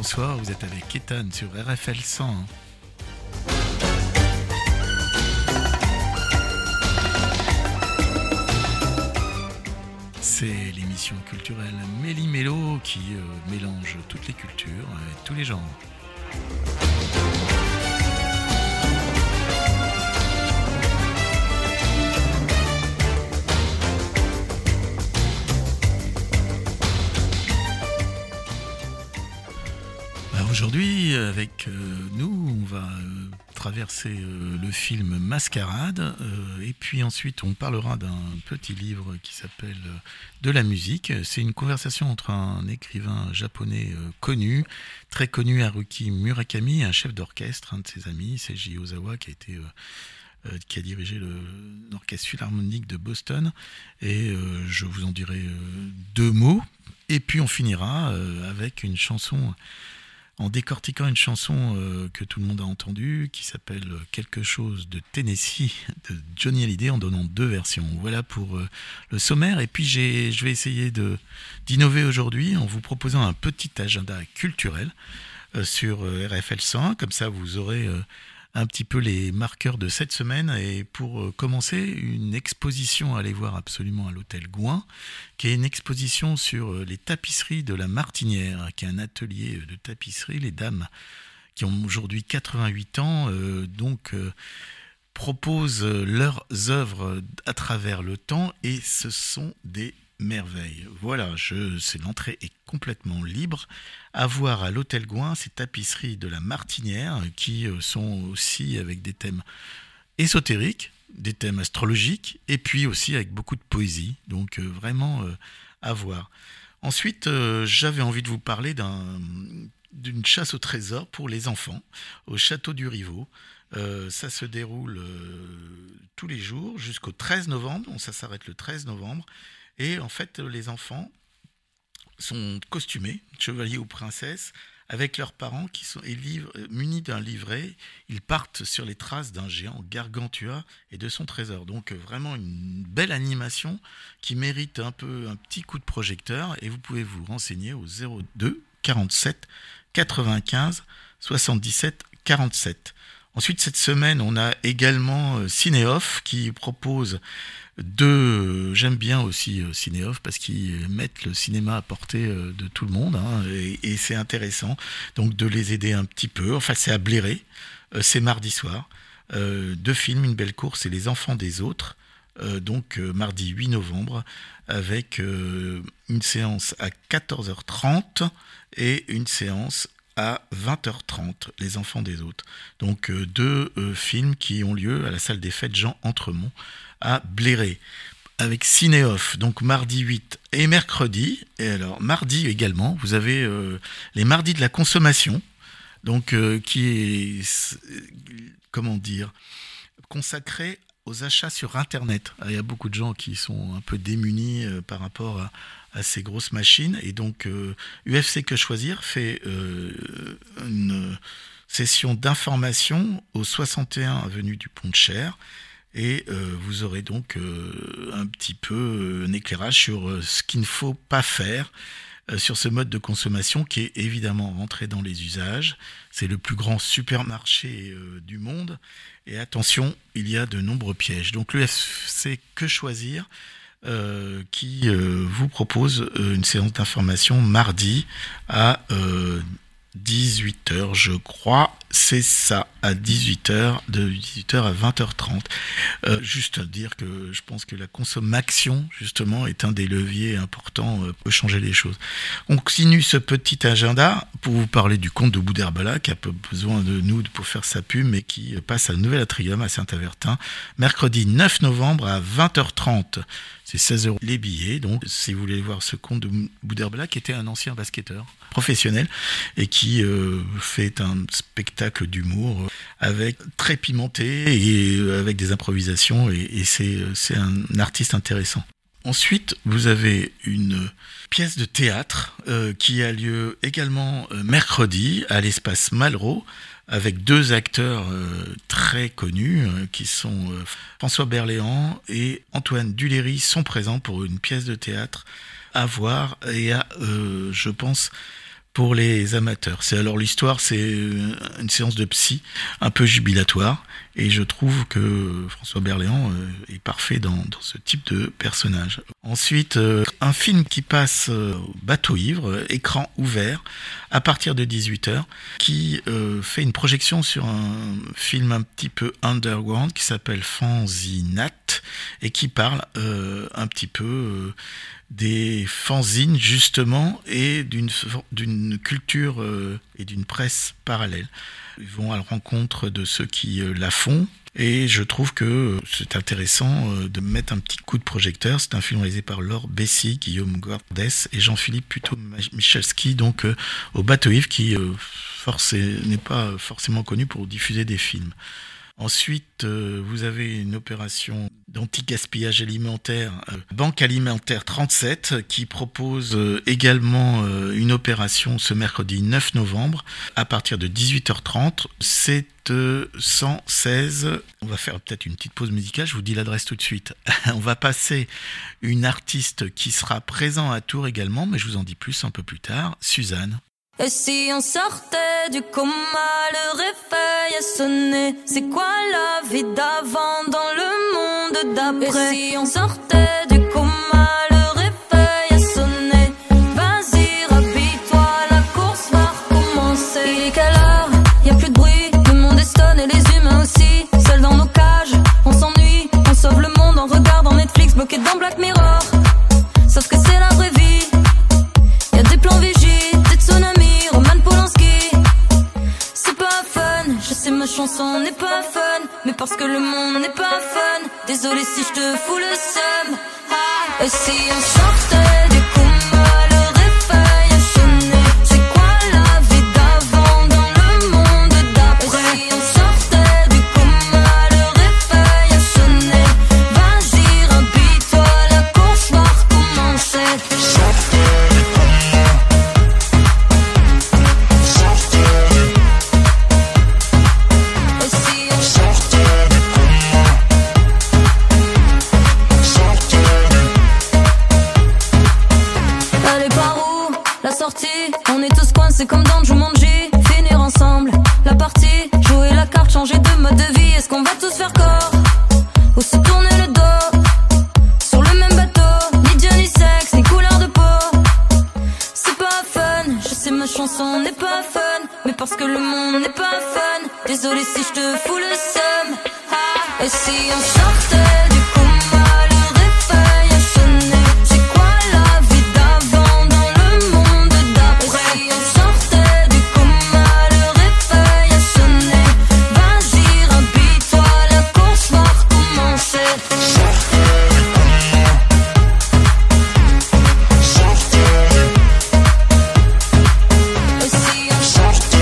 bonsoir, vous êtes avec Ethan sur RFL 100. C'est l'émission culturelle Méli-Mélo qui mélange toutes les cultures et tous les genres. Aujourd'hui, avec nous, on va traverser le film Mascarade et puis ensuite on parlera d'un petit livre qui s'appelle De la musique. C'est une conversation entre un écrivain japonais connu, très connu, Haruki Murakami, un chef d'orchestre, un de ses amis, Seiji Ozawa, qui a dirigé l'orchestre philharmonique de Boston, et je vous en dirai deux mots, et puis on finira avec une chanson, en décortiquant une chanson que tout le monde a entendue, qui s'appelle Quelque chose de Tennessee de Johnny Hallyday, en donnant deux versions. Voilà pour le sommaire. Et puis je vais essayer d'innover aujourd'hui en vous proposant un petit agenda culturel sur RFL 100. Comme ça, vous aurez un petit peu les marqueurs de cette semaine. Et pour commencer, une exposition à aller voir absolument à l'hôtel Gouin, qui est une exposition sur les tapisseries de la Martinière, qui est un atelier de tapisserie. Les dames qui ont aujourd'hui 88 ans proposent leurs œuvres à travers le temps, et ce sont des merveilles. Voilà, l'entrée est complètement libre. À voir à l'hôtel Gouin, ces tapisseries de la Martinière qui sont aussi avec des thèmes ésotériques, des thèmes astrologiques, et puis aussi avec beaucoup de poésie. Donc vraiment à voir. Ensuite, j'avais envie de vous parler d'une chasse au trésor pour les enfants au château du Rivaux. Ça se déroule tous les jours jusqu'au 13 novembre. Ça s'arrête le 13 novembre. Et en fait, les enfants sont costumés, chevaliers ou princesses, avec leurs parents qui sont munis d'un livret. Ils partent sur les traces d'un géant Gargantua et de son trésor. Donc vraiment une belle animation qui mérite un petit coup de projecteur. Et vous pouvez vous renseigner au 02 47 95 77 47. Ensuite, cette semaine, on a également Cinéoff qui propose j'aime bien aussi Cinéoff parce qu'ils mettent le cinéma à portée de tout le monde, et c'est intéressant donc de les aider un petit peu. Enfin, c'est à Bléré, c'est mardi soir. Deux films, Une belle course et Les enfants des autres. Mardi 8 novembre avec une séance à 14h30 et une séance à 20h30, Les enfants des autres. Donc deux films qui ont lieu à la salle des fêtes Jean Entremont à Bléré, avec Cinéoff, donc mardi 8 et mercredi. Et alors mardi également, vous avez les mardis de la consommation, donc qui est consacré aux achats sur Internet. Il y a beaucoup de gens qui sont un peu démunis par rapport à ces grosses machines, et donc UFC Que Choisir fait une session d'information au 61 avenue du Pont de Cher, et vous aurez donc un petit peu un éclairage sur ce qu'il ne faut pas faire sur ce mode de consommation qui est évidemment rentré dans les usages. C'est le plus grand supermarché du monde, et attention, il y a de nombreux pièges. Donc l'UFC Que Choisir qui vous propose une séance d'information mardi à 18h, je crois, c'est ça, à 18h, de 18h à 20h30. Juste à dire que je pense que la consommation, justement, est un des leviers importants, peut changer les choses. On continue ce petit agenda pour vous parler du conte de Boudherbala, qui a peu besoin de nous pour faire sa pub, mais qui passe à Nouvel Atrium à Saint-Avertin, mercredi 9 novembre à 20h30. C'est 16 € les billets. Donc, si vous voulez voir ce conte de Boudherbala, qui était un ancien basketteur professionnel et qui fait un spectacle d'humour avec très pimenté et avec des improvisations, et c'est un artiste intéressant. Ensuite, vous avez une pièce de théâtre qui a lieu également mercredi à l'espace Malraux, avec deux acteurs très connus qui sont François Berléand et Antoine Duléry sont présents pour une pièce de théâtre à voir et à, je pense, pour les amateurs. Alors l'histoire, c'est une séance de psy un peu jubilatoire, et je trouve que François Berléand est parfait dans ce type de personnage. Ensuite, un film qui passe au bateau ivre, écran ouvert, à partir de 18h, qui fait une projection sur un film un petit peu underground qui s'appelle Fanzinat, et qui parle un petit peu des fanzines justement, et d'une culture et d'une presse parallèle. Ils vont à la rencontre de ceux qui la font, et je trouve que c'est intéressant de mettre un petit coup de projecteur. C'est un film réalisé par Laure Bessy, Guillaume Guardès et Jean-Philippe Puto-Michalski, donc au bateau ivre, qui n'est pas forcément connu pour diffuser des films. Ensuite, vous avez une opération d'anti-gaspillage alimentaire, Banque Alimentaire 37, qui propose également une opération ce mercredi 9 novembre à partir de 18h30. C'est 116. On va faire peut-être une petite pause musicale, je vous dis l'adresse tout de suite. On va passer une artiste qui sera présente à Tours également, mais je vous en dis plus un peu plus tard, Suzanne. Et si on sortait du coma, le réveil a sonné. C'est quoi la vie d'avant dans le monde d'après? Et si on sortait du coma, le réveil a sonné. Vas-y, rhabille-toi, la course va recommencer. Il est quelle heure? Y a plus de bruit, le monde est stone et les humains aussi. Seuls dans nos cages, on s'ennuie. On sauve le monde en regardant Netflix, bloqué dans Black Mirror. Sauf que c'est la vraie vie. Y a des plans vigiles, des tsunamis. Je sais ma chanson n'est pas fun, mais parce que le monde n'est pas fun. Désolé si je te fous le seum. Et si on sortait du coma, le réveil a sonné. C'est quoi la vie d'avant dans le monde d'après? Et si on sortait du coma, le réveil a sonné. Vas-y, rhabille-toi, la course va recommencer. On est tous coincés comme dans Jumanji. Finir ensemble la partie, jouer la carte, changer de mode de vie. Est-ce qu'on va tous faire corps ou se tourner le dos? Sur le même bateau, ni Dieu ni sexe, ni couleur de peau. C'est pas fun, je sais ma chanson n'est pas fun, mais parce que le monde n'est pas fun. Désolé si je te fous le seum. Et si on sortait du coma, le réveil a sonné. C'est quoi la vie d'avant dans le monde d'après? Si on sortait du coma, le réveil a sonné. Vas-y, rhabille-toi, la course va recommencer. Et si on sortait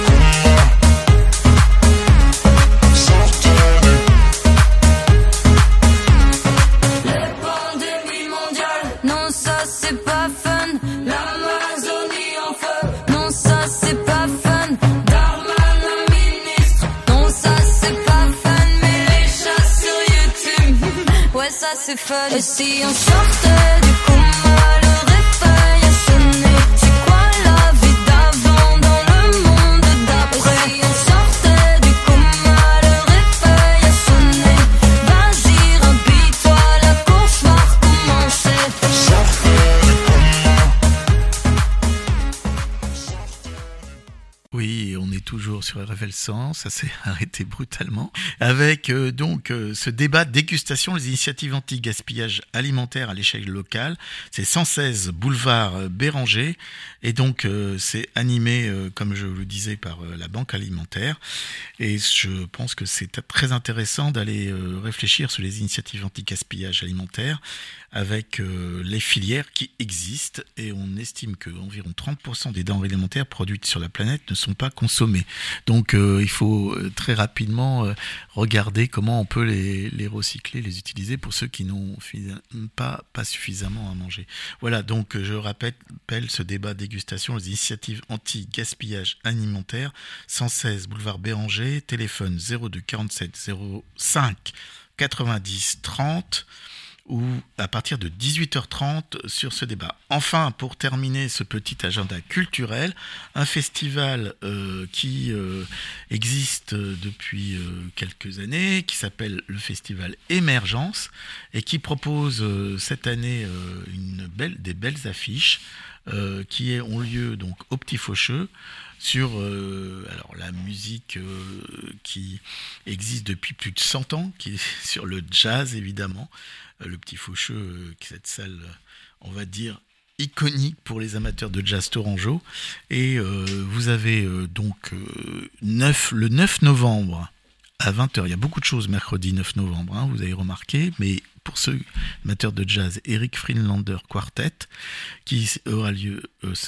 les pandémies mondiales, non ça c'est pas fun. L'Amazonie en feu, non ça c'est pas fun. Darmanin ministre, non ça c'est pas fun. Mais les chats sur YouTube, ouais ça c'est fun. Et si on sortait du coma, le réveil a sonné. C'est quoi la vie d'avant dans le monde d'après? Et si on sortait du coma, le réveil a sonné. Vas-y, rhabille-toi, la course va recommencer. Oui, on est toujours sur RFL 100, ça s'est arrêté brutalement, avec ce débat de dégustation, les initiatives anti-gaspillage alimentaire à l'échelle locale. C'est 116 boulevard Béranger, et donc c'est animé, comme je vous le disais, par la Banque Alimentaire. Et je pense que c'est très intéressant d'aller réfléchir sur les initiatives anti-gaspillage alimentaire avec les filières qui existent, et on estime que environ 30% des denrées alimentaires produites sur la planète ne sont pas consommées. Donc il faut très rapidement regarder comment on peut les recycler, les utiliser pour ceux qui n'ont pas suffisamment à manger. Voilà, donc je rappelle ce débat dégustation, les initiatives anti-gaspillage alimentaire, 116 boulevard Béranger, téléphone 02 47 05 90 30, ou à partir de 18h30 sur ce débat. Enfin, pour terminer ce petit agenda culturel, un festival qui existe depuis quelques années, qui s'appelle le festival Émergence, et qui propose cette année des belles affiches qui ont lieu donc au Petit Faucheux, sur alors la musique qui existe depuis plus de 100 ans, qui est sur le jazz évidemment. Le Petit Faucheux, cette salle, on va dire, iconique pour les amateurs de jazz tourangeau. Et vous avez donc le 9 novembre à 20h. Il y a beaucoup de choses mercredi 9 novembre, hein, vous avez remarqué, mais pour ceux amateurs de jazz, Eric Friedlander Quartet, qui aura lieu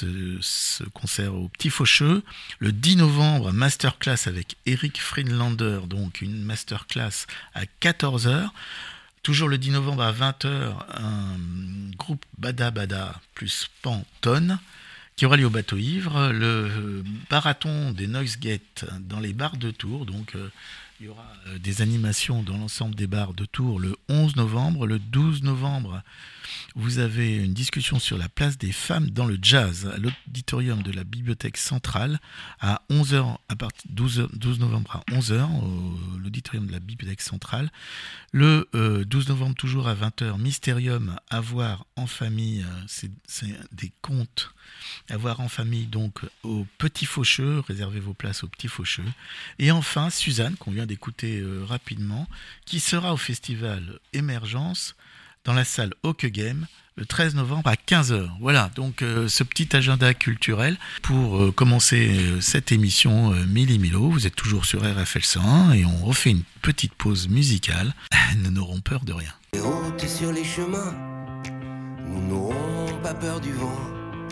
ce concert au Petit Faucheux. Le 10 novembre, masterclass avec Eric Friedlander, donc une masterclass à 14h. Toujours le 10 novembre à 20h, un groupe Bada Bada plus Pantone qui aura lieu au Bateau Ivre. Le marathon des Noise Gate dans les bars de Tours, donc il y aura des animations dans l'ensemble des bars de Tours le 11 novembre. Le 12 novembre, vous avez une discussion sur la place des femmes dans le jazz à l'auditorium de la Bibliothèque Centrale à 11h, à partir 12 novembre à 11h, l'auditorium de la Bibliothèque Centrale. Le 12 novembre, toujours à 20h, Mysterium, à voir en famille, c'est des contes à voir en famille, donc au Petit Faucheux, réservez vos places au Petit Faucheux. Et enfin, Suzanne, qu'on vient d'écouter rapidement, qui sera au festival Émergence dans la salle Hawke Game le 13 novembre à 15h. Voilà, donc ce petit agenda culturel pour commencer cette émission Mille et Milo. Vous êtes toujours sur RFL 101 et on refait une petite pause musicale. Nous n'aurons peur de rien. Les routes sur les chemins, nous n'aurons pas peur du vent.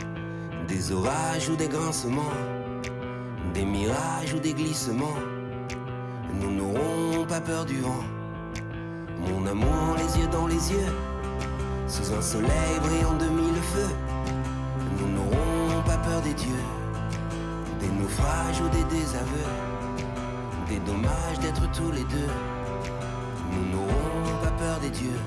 Des orages ou des grincements, des mirages ou des glissements, nous n'aurons pas peur du vent. Mon amour, les yeux dans les yeux, sous un soleil brillant de mille feux, nous n'aurons pas peur des dieux, des naufrages ou des désaveux, des dommages d'être tous les deux, nous n'aurons pas peur des dieux.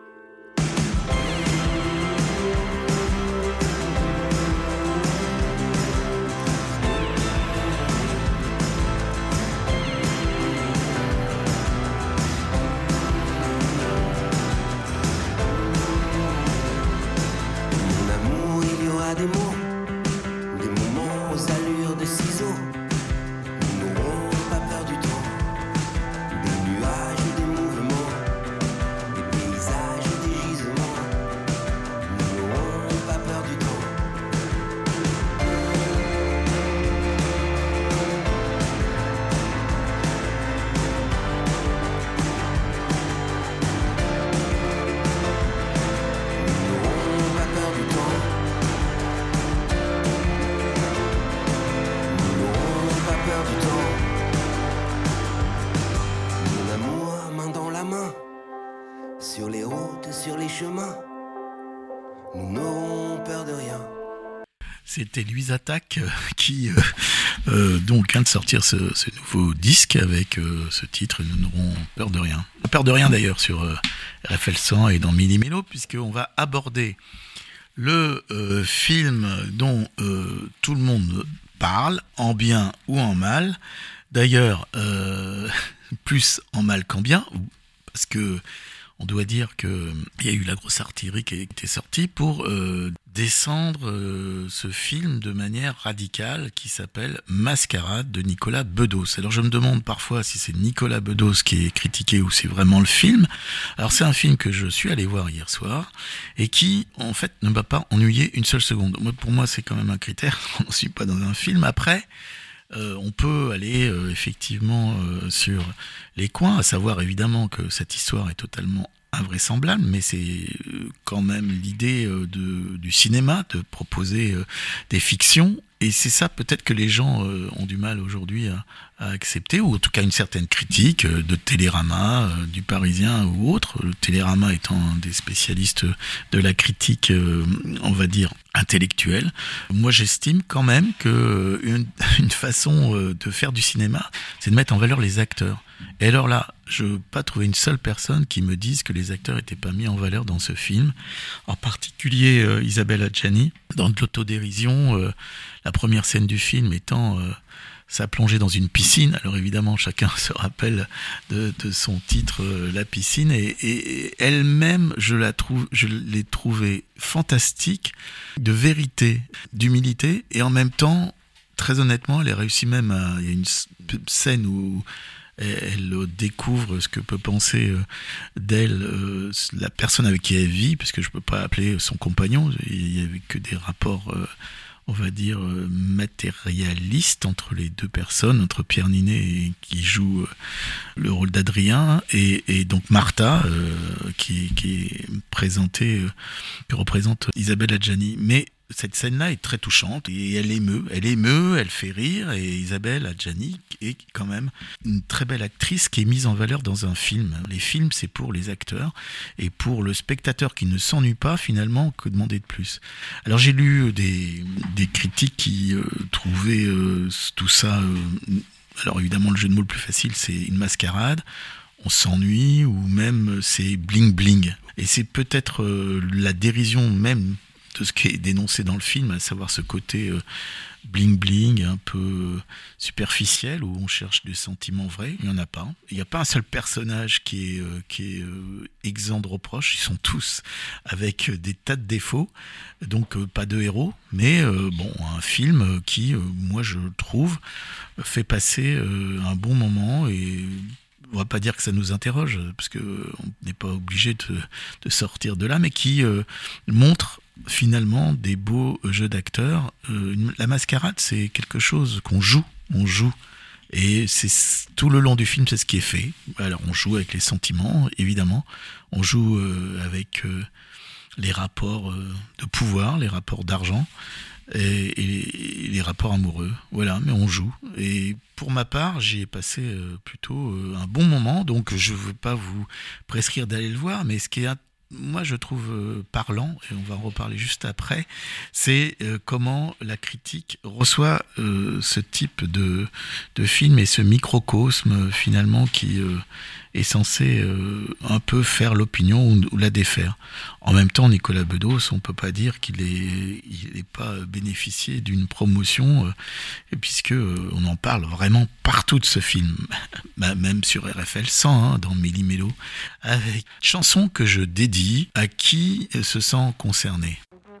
Des mots, des moments aux allures de ciseaux, nous n'aurons pas peur du temps, des nuages ou des mouvements, des paysages ou des gisements, nous n'aurons pas peur du temps. Nous n'aurons pas peur du temps. Sur les routes, sur les chemins, nous n'aurons peur de rien. C'était Louise Attaque qui donc vient de sortir ce nouveau disque avec ce titre « Nous n'aurons peur de rien ». Pas peur de rien d'ailleurs sur RFL 100 et dans Mille et Milo, puisqu'on va aborder le film dont tout le monde parle, en bien ou en mal. D'ailleurs, plus en mal qu'en bien, parce que on doit dire qu'il y a eu la grosse artillerie qui était sortie pour descendre ce film de manière radicale qui s'appelle Mascarade de Nicolas Bedos. Alors je me demande parfois si c'est Nicolas Bedos qui est critiqué ou c'est vraiment le film. Alors c'est un film que je suis allé voir hier soir et qui en fait ne m'a pas ennuyé une seule seconde. Pour moi c'est quand même un critère, on ne suit pas dans un film. Après on peut aller effectivement sur les coins, à savoir évidemment que cette histoire est totalement invraisemblable, mais c'est quand même l'idée du cinéma de proposer des fictions Et c'est ça peut-être que les gens ont du mal aujourd'hui à accepter, ou en tout cas une certaine critique de Télérama, du Parisien ou autre. Le Télérama étant un des spécialistes de la critique, on va dire, intellectuelle. Moi, j'estime quand même que une façon de faire du cinéma, c'est de mettre en valeur les acteurs. Et alors là, je n'ai pas trouvé une seule personne qui me dise que les acteurs n'étaient pas mis en valeur dans ce film. En particulier Isabelle Adjani, dans de l'autodérision, la première scène du film étant sa plongée dans une piscine. Alors évidemment, chacun se rappelle de son titre, La piscine. Et elle-même, je l'ai trouvée fantastique, de vérité, d'humilité. Et en même temps, très honnêtement, elle a réussi même il y a une scène où elle découvre ce que peut penser d'elle la personne avec qui elle vit, parce que je ne peux pas appeler son compagnon, il n'y avait que des rapports on va dire matérialistes entre les deux personnes, entre Pierre Ninet qui joue le rôle d'Adrien et donc Martha qui est présentée, que représente Isabelle Adjani. Mais cette scène-là est très touchante et elle émeut, elle fait rire, et Isabelle Adjani est quand même une très belle actrice qui est mise en valeur dans un film. Les films, c'est pour les acteurs et pour le spectateur qui ne s'ennuie pas finalement, que demander de plus. Alors j'ai lu des critiques qui trouvaient tout ça... alors évidemment le jeu de mots le plus facile c'est une mascarade, on s'ennuie, ou même c'est bling bling. Et c'est peut-être la dérision même de ce qui est dénoncé dans le film, à savoir ce côté bling bling, un peu superficiel, où on cherche des sentiments vrais. Il n'y en a pas. Il n'y a pas un seul personnage qui est exempt de reproches. Ils sont tous avec des tas de défauts, donc pas de héros, mais un film qui, moi je trouve, fait passer un bon moment. Et on va pas dire que ça nous interroge, parce qu'on n'est pas obligé de sortir de là, mais qui montre finalement des beaux jeux d'acteurs. La mascarade, c'est quelque chose qu'on joue, et c'est tout le long du film, c'est ce qui est fait. Alors on joue avec les sentiments, évidemment, on joue avec les rapports de pouvoir, les rapports d'argent et les rapports amoureux, voilà, mais on joue. Et pour ma part, j'y ai passé plutôt un bon moment, donc je ne veux pas vous prescrire d'aller le voir, mais ce qui est moi je trouve parlant, et on va en reparler juste après, c'est comment la critique reçoit ce type de film et ce microcosme finalement qui est censé un peu faire l'opinion ou la défaire. En même temps, Nicolas Bedos, on ne peut pas dire qu'il est pas bénéficié d'une promotion, puisque on en parle vraiment partout de ce film, même sur RFL 100, dans Méli-Mélo, avec une chanson que je dédie à qui se sent concerné.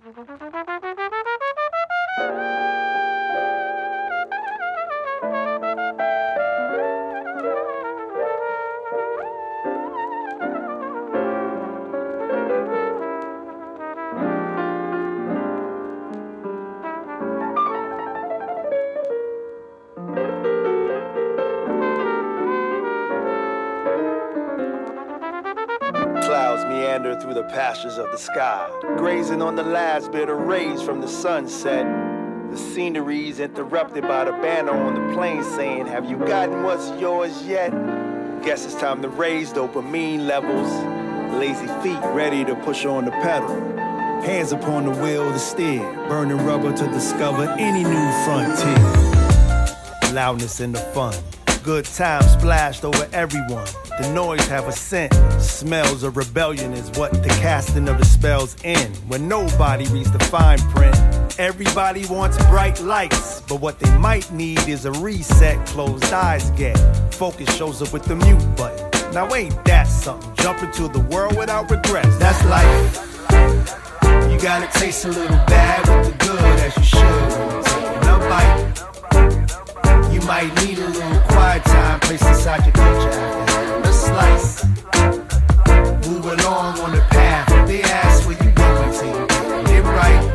Through the pastures of the sky, grazing on the last bit of rays from the sunset. The scenery's interrupted by the banner on the plane saying, have you gotten what's yours yet? Guess it's time to raise dopamine levels. Lazy feet ready to push on the pedal. Hands upon the wheel to steer, burning rubber to discover any new frontier. Loudness and the fun, good times splashed over everyone. The noise have a scent, smells of rebellion is what the casting of the spells end. When nobody reads the fine print, everybody wants bright lights, but what they might need is a reset, closed eyes get. Focus shows up with the mute button. Now ain't that something? Jump into the world without regrets, that's life. You gotta taste a little bad with the good as you should when you're taking a bite. You might need a little quiet time placed inside your culture after having a slice. Move along on the path. They ask where you going till you get it right.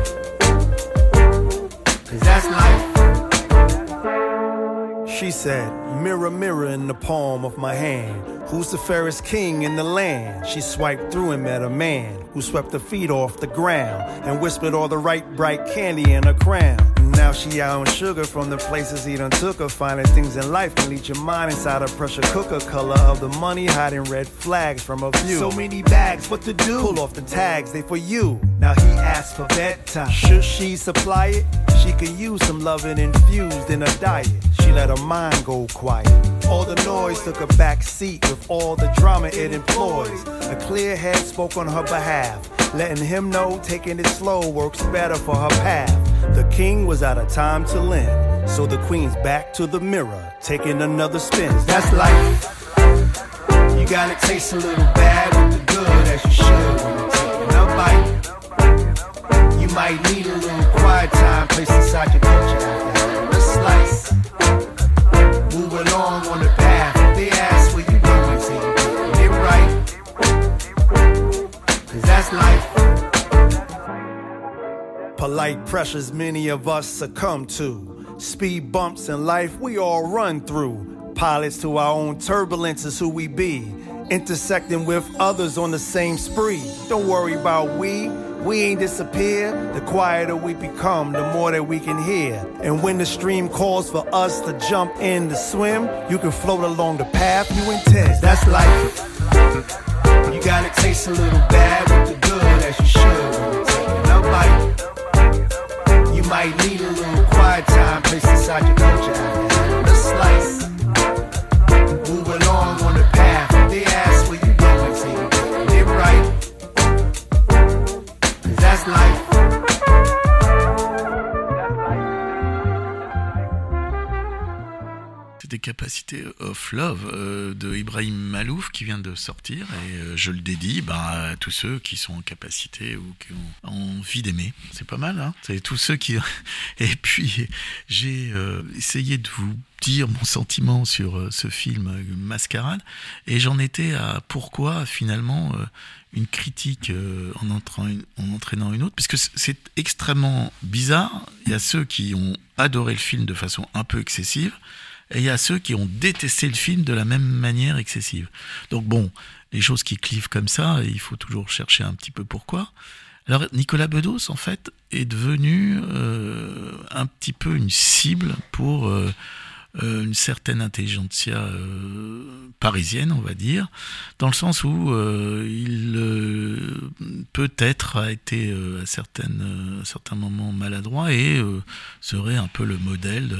'Cause that's life. She said, mirror, mirror in the palm of my hand, who's the fairest king in the land? She swiped through and met a man who swept her feet off the ground and whispered all the right bright candy in her crown. now she out on sugar from the places he done took her. Finding things in life can lead your mind inside a pressure cooker. Color of the money, hiding red flags from a view. So many bags, what to do? Pull off the tags, they for you. Now he asks for bedtime. Should she supply it? She could use some loving infused in her diet. She let her mind go quiet. All the noise took a back seat with all the drama it employs. A clear head spoke on her behalf, letting him know taking it slow works better for her path. The king was out of time to lend, so the queen's back to the mirror, taking another spin. That's life. You gotta taste a little bad with the good as you should when you're taking a bite. You might need a little quiet time placed inside your culture after a slice. Move along on the path. They ask where you going, say you doing it right. 'Cause that's life. Polite pressures many of us succumb to. Speed bumps in life we all run through. Pilots to our own turbulence is who we be. Intersecting with others on the same spree. Don't worry about we ain't disappear. The quieter we become, the more that we can hear. And when the stream calls for us to jump in to swim, you can float along the path you intend. That's life. You gotta taste a little bad with the good as you should when you're taking a bite. You might need a little quiet time placed inside your culture after a slice. Move along on the path. They ask where you going, say you doing it right. That's life. Des capacités of love de Ibrahim Malouf qui vient de sortir et je le dédie à tous ceux qui sont en capacité ou qui ont envie d'aimer. C'est pas mal, hein. C'est tous ceux qui... Et puis j'ai essayé de vous dire mon sentiment sur ce film Mascarade et j'en étais à pourquoi finalement une critique en entraînant une autre, parce que c'est extrêmement bizarre. Il y a ceux qui ont adoré le film de façon un peu excessive et il y a ceux qui ont détesté le film de la même manière excessive. Donc bon, les choses qui clivent comme ça, il faut toujours chercher un petit peu pourquoi. Alors Nicolas Bedos, en fait, est devenu un petit peu une cible pour une certaine intelligentsia parisienne, on va dire, dans le sens où il peut-être a été à certains moments maladroit et serait un peu le modèle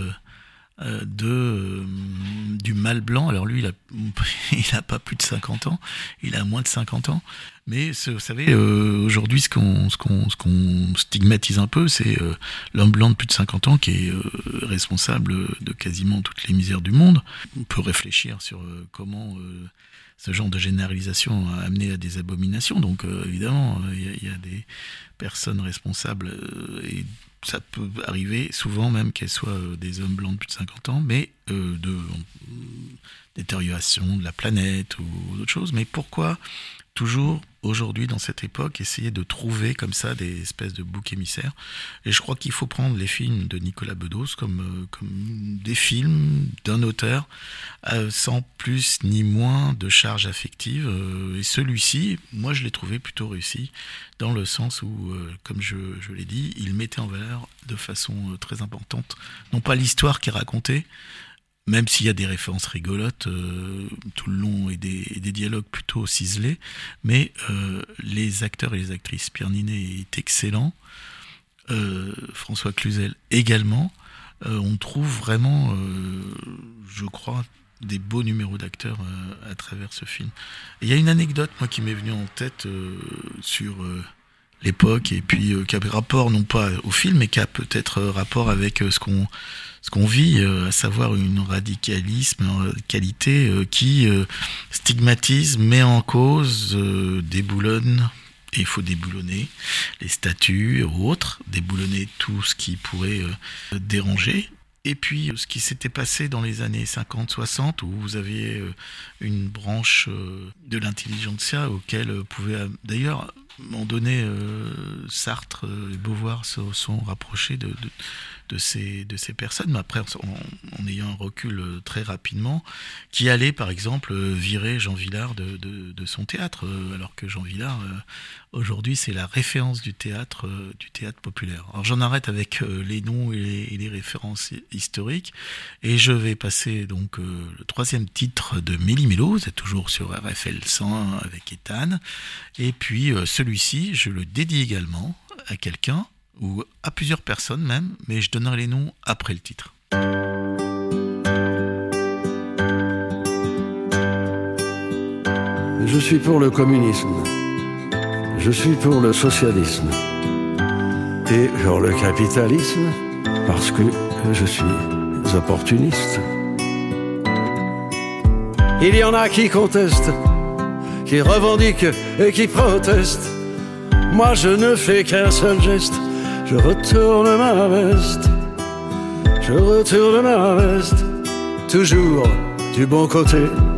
du mâle blanc. Alors lui, il a pas plus de 50 ans, il a moins de 50 ans, mais vous savez, aujourd'hui, ce qu'on stigmatise un peu, c'est l'homme blanc de plus de 50 ans qui est responsable de quasiment toutes les misères du monde. On peut réfléchir sur comment ce genre de généralisation a amené à des abominations, donc évidemment, il y a des personnes responsables et ça peut arriver souvent même qu'elles soient des hommes blancs de plus de 50 ans, mais de détérioration de la planète ou d'autres choses. Mais pourquoi toujours aujourd'hui, dans cette époque, essayer de trouver comme ça des espèces de boucs émissaires? Et je crois qu'il faut prendre les films de Nicolas Bedos comme des films d'un auteur sans plus ni moins de charge affective. Et celui-ci, moi je l'ai trouvé plutôt réussi, dans le sens où, comme je l'ai dit, il mettait en valeur de façon très importante, non pas l'histoire qui est racontée, même s'il y a des références rigolotes tout le long et des dialogues plutôt ciselés, mais les acteurs et les actrices, Pierre Ninet est excellent, François Cluzel également, on trouve vraiment, je crois, des beaux numéros d'acteurs à travers ce film. Il y a une anecdote, moi, qui m'est venue en tête sur l'époque, et puis qui a rapport non pas au film, mais qui a peut-être rapport avec ce qu'on vit, à savoir une radicalisme, une radicalité qui stigmatise, met en cause, déboulonne, et il faut déboulonner les statuts ou autres, déboulonner tout ce qui pourrait déranger. Et puis, ce qui s'était passé dans les années 50-60, où vous aviez une branche de l'intelligentsia auquel pouvaient... D'ailleurs, à un moment donné, Sartre et Beauvoir se sont rapprochés de ces personnes, mais après en ayant un recul très rapidement, qui allaient par exemple virer Jean Vilar de son théâtre, alors que Jean Vilar aujourd'hui c'est la référence du théâtre populaire. Alors j'en arrête avec les noms et les références historiques, et je vais passer donc le troisième titre de Méli-Mélo, c'est toujours sur RFL 100 avec Ethan, et puis celui-ci je le dédie également à quelqu'un, ou à plusieurs personnes même, mais je donnerai les noms après le titre. Je suis pour le communisme, je suis pour le socialisme et pour le capitalisme parce que je suis opportuniste. Il y en a qui contestent, qui revendiquent et qui protestent. Moi je ne fais qu'un seul geste, je retourne ma veste, je retourne ma veste, toujours du bon côté.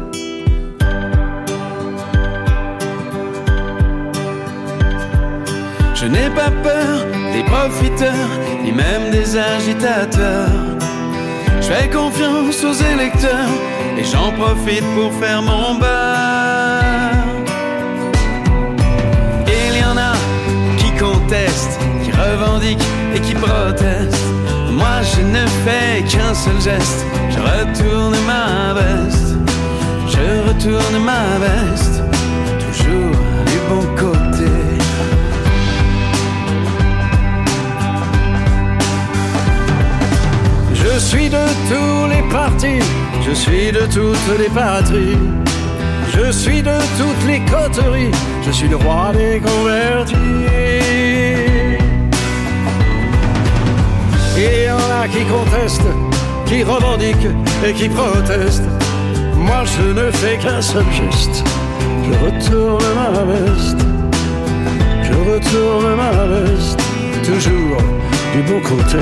Je n'ai pas peur des profiteurs, ni même des agitateurs. Je fais confiance aux électeurs, et j'en profite pour faire mon beurre. Il y en a qui contestent, qui revendiquent et qui protestent. Moi je ne fais qu'un seul geste, je retourne ma veste, je retourne ma veste, toujours du bon côté. Je suis de tous les partis, je suis de toutes les patries, je suis de toutes les coteries, je suis le roi des convertis. Il y en a qui contestent, qui revendiquent et qui protestent. Moi je ne fais qu'un seul geste, je retourne ma veste, je retourne ma veste, toujours du bon côté.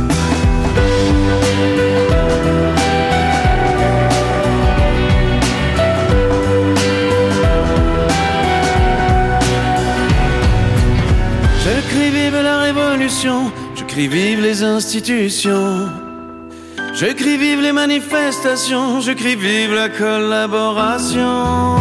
Je crie vive la révolution, je crie vive les institutions, je crie vive les manifestations, je crie vive la collaboration.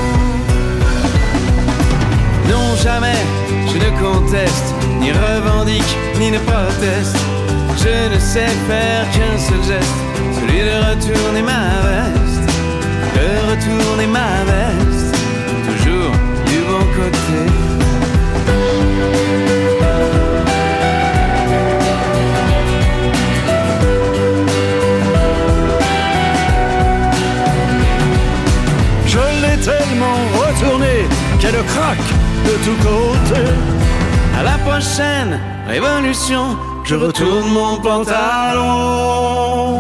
Non jamais je ne conteste, ni revendique, ni ne proteste. Je ne sais faire qu'un seul geste, celui de retourner ma veste, de retourner ma veste, toujours du bon côté. Je l'ai tellement retourné qu'elle craque de tous côtés. À la prochaine révolution, je retourne mon pantalon.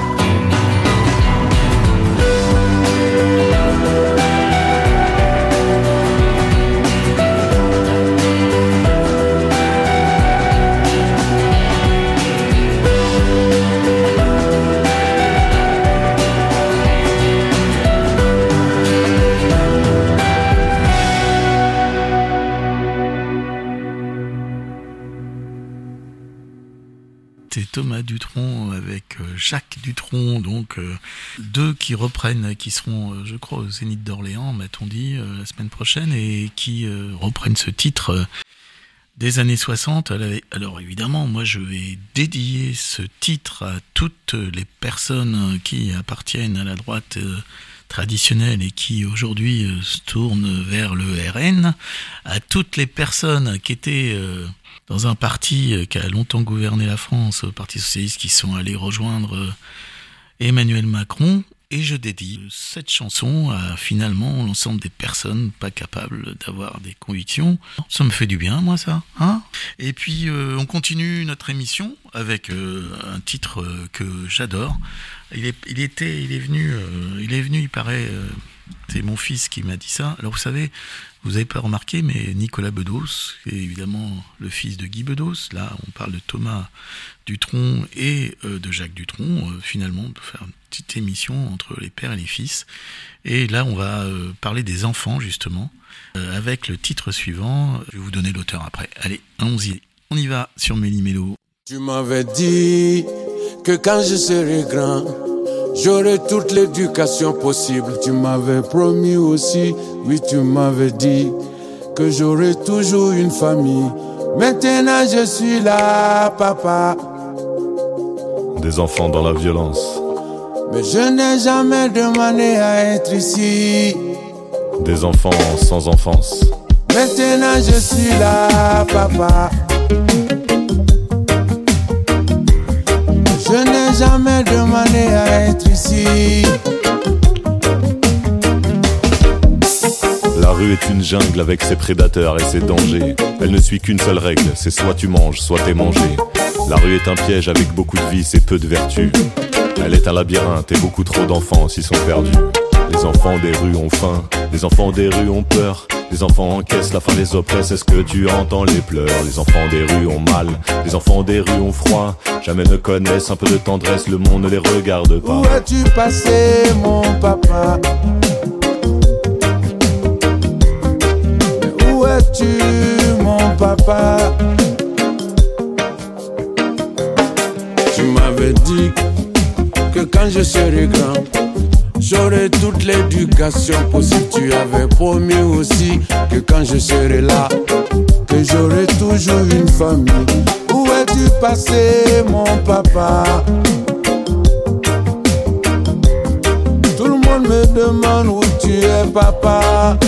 C'est Thomas Dutronc avec Jacques Dutronc, donc deux qui reprennent, qui seront, je crois, au Zénith d'Orléans, m'a-t-on dit, la semaine prochaine, et qui reprennent ce titre des années 60. Alors évidemment, moi je vais dédier ce titre à toutes les personnes qui appartiennent à la droite traditionnelle et qui aujourd'hui se tournent vers le RN, à toutes les personnes qui étaient dans un parti qui a longtemps gouverné la France, au Parti Socialiste, qui sont allés rejoindre Emmanuel Macron. Et je dédie cette chanson à finalement l'ensemble des personnes pas capables d'avoir des convictions. Ça me fait du bien, moi, ça. Hein ? Et puis, on continue notre émission avec un titre que j'adore. Il est venu, il paraît, c'est mon fils qui m'a dit ça. Alors, vous savez, vous n'avez pas remarqué, mais Nicolas Bedos, qui est évidemment le fils de Guy Bedos, là, on parle de Thomas Dutronc et de Jacques Dutronc. Finalement, on peut faire une petite émission entre les pères et les fils. Et là, on va parler des enfants, justement, avec le titre suivant. Je vais vous donner l'auteur après. Allez, allons-y. On y va sur Méli-Mélo. Tu m'avais dit que quand je serai grand, j'aurai toute l'éducation possible. Tu m'avais promis aussi, oui tu m'avais dit que j'aurai toujours une famille. Maintenant je suis là, papa. Des enfants dans la violence. Mais je n'ai jamais demandé à être ici. Des enfants sans enfance. Maintenant je suis là, papa. Je n'ai jamais demandé à être ici. La rue est une jungle avec ses prédateurs et ses dangers. Elle ne suit qu'une seule règle, c'est soit tu manges, soit t'es mangé. La rue est un piège avec beaucoup de vices et peu de vertus. Elle est un labyrinthe et beaucoup trop d'enfants s'y sont perdus. Les enfants des rues ont faim, les enfants des rues ont peur. Les enfants encaissent, la faim les oppresse, est-ce que tu entends les pleurs? Les enfants des rues ont mal, les enfants des rues ont froid. Jamais ne connaissent un peu de tendresse, le monde ne les regarde pas. Où as-tu passé mon papa? Où es-tu mon papa? Tu m'avais dit que quand je serai grand, j'aurai toute l'éducation possible. Tu avais promis aussi que quand je serai là, que j'aurai toujours une famille. Où es-tu passé mon papa? Tout le monde me demande où tu es papa.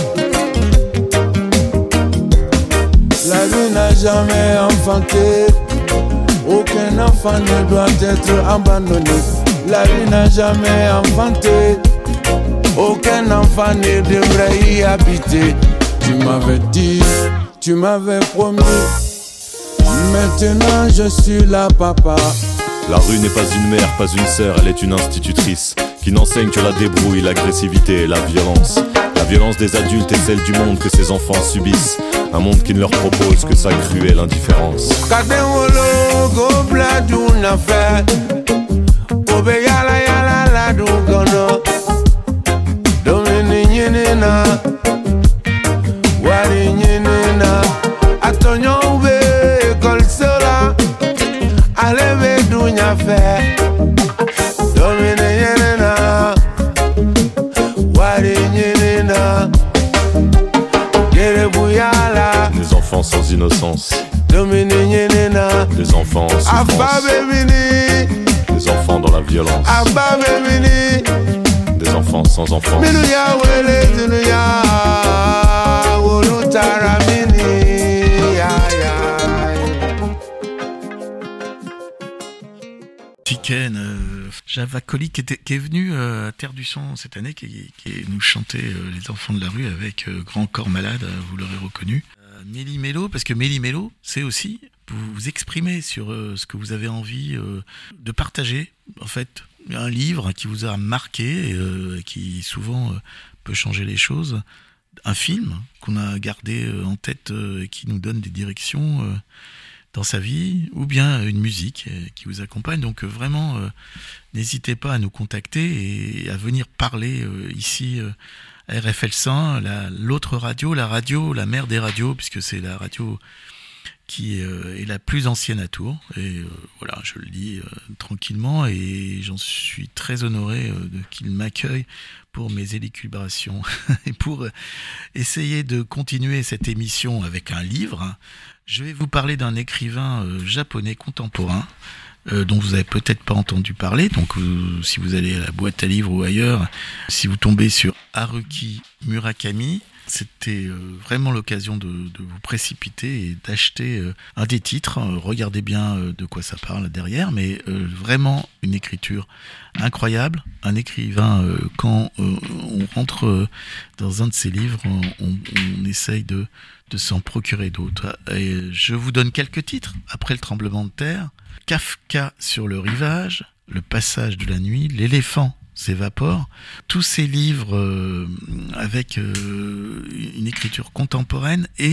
La vie n'a jamais enfanté. Aucun enfant ne doit être abandonné. La vie n'a jamais enfanté. Aucun enfant ne devrait y habiter. Tu m'avais dit, tu m'avais promis. Maintenant je suis là, papa. La rue n'est pas une mère, pas une sœur, elle est une institutrice qui n'enseigne que la débrouille, l'agressivité et la violence. La violence des adultes est celle du monde que ces enfants subissent. Un monde qui ne leur propose que sa cruelle indifférence. Les enfants sans innocence. Les enfants en souffrance. Les enfants dans la violence. Des enfants sans enfance. Tiken, Java Coli qui est venu à Terre du Son cette année, qui nous chantait Les enfants de la rue avec Grand Corps Malade, vous l'aurez reconnu. Méli-Mélo, parce que Méli-Mélo, c'est aussi vous exprimer sur ce que vous avez envie de partager. En fait, un livre qui vous a marqué, qui souvent peut changer les choses. Un film qu'on a gardé en tête et qui nous donne des directions dans sa vie, ou bien une musique qui vous accompagne. Donc vraiment, n'hésitez pas à nous contacter et à venir parler ici à RFL 100, l'autre radio, la mère des radios, puisque c'est la radio qui est la plus ancienne à Tours. Et voilà, je le dis tranquillement, et j'en suis très honoré qu'il m'accueille pour mes élucubrations et pour essayer de continuer cette émission avec un livre. Je vais vous parler d'un écrivain japonais contemporain dont vous n'avez peut-être pas entendu parler. Donc si vous allez à la boîte à livres ou ailleurs, si vous tombez sur Haruki Murakami, c'était vraiment l'occasion de vous précipiter et d'acheter un des titres. Regardez bien de quoi ça parle derrière, mais vraiment une écriture incroyable. Un écrivain, quand on rentre dans un de ses livres, on essaye de s'en procurer d'autres. Et je vous donne quelques titres. Après le tremblement de terre, Kafka sur le rivage, Le passage de la nuit, L'éléphant s'évapore. Tous ces livres avec une écriture contemporaine et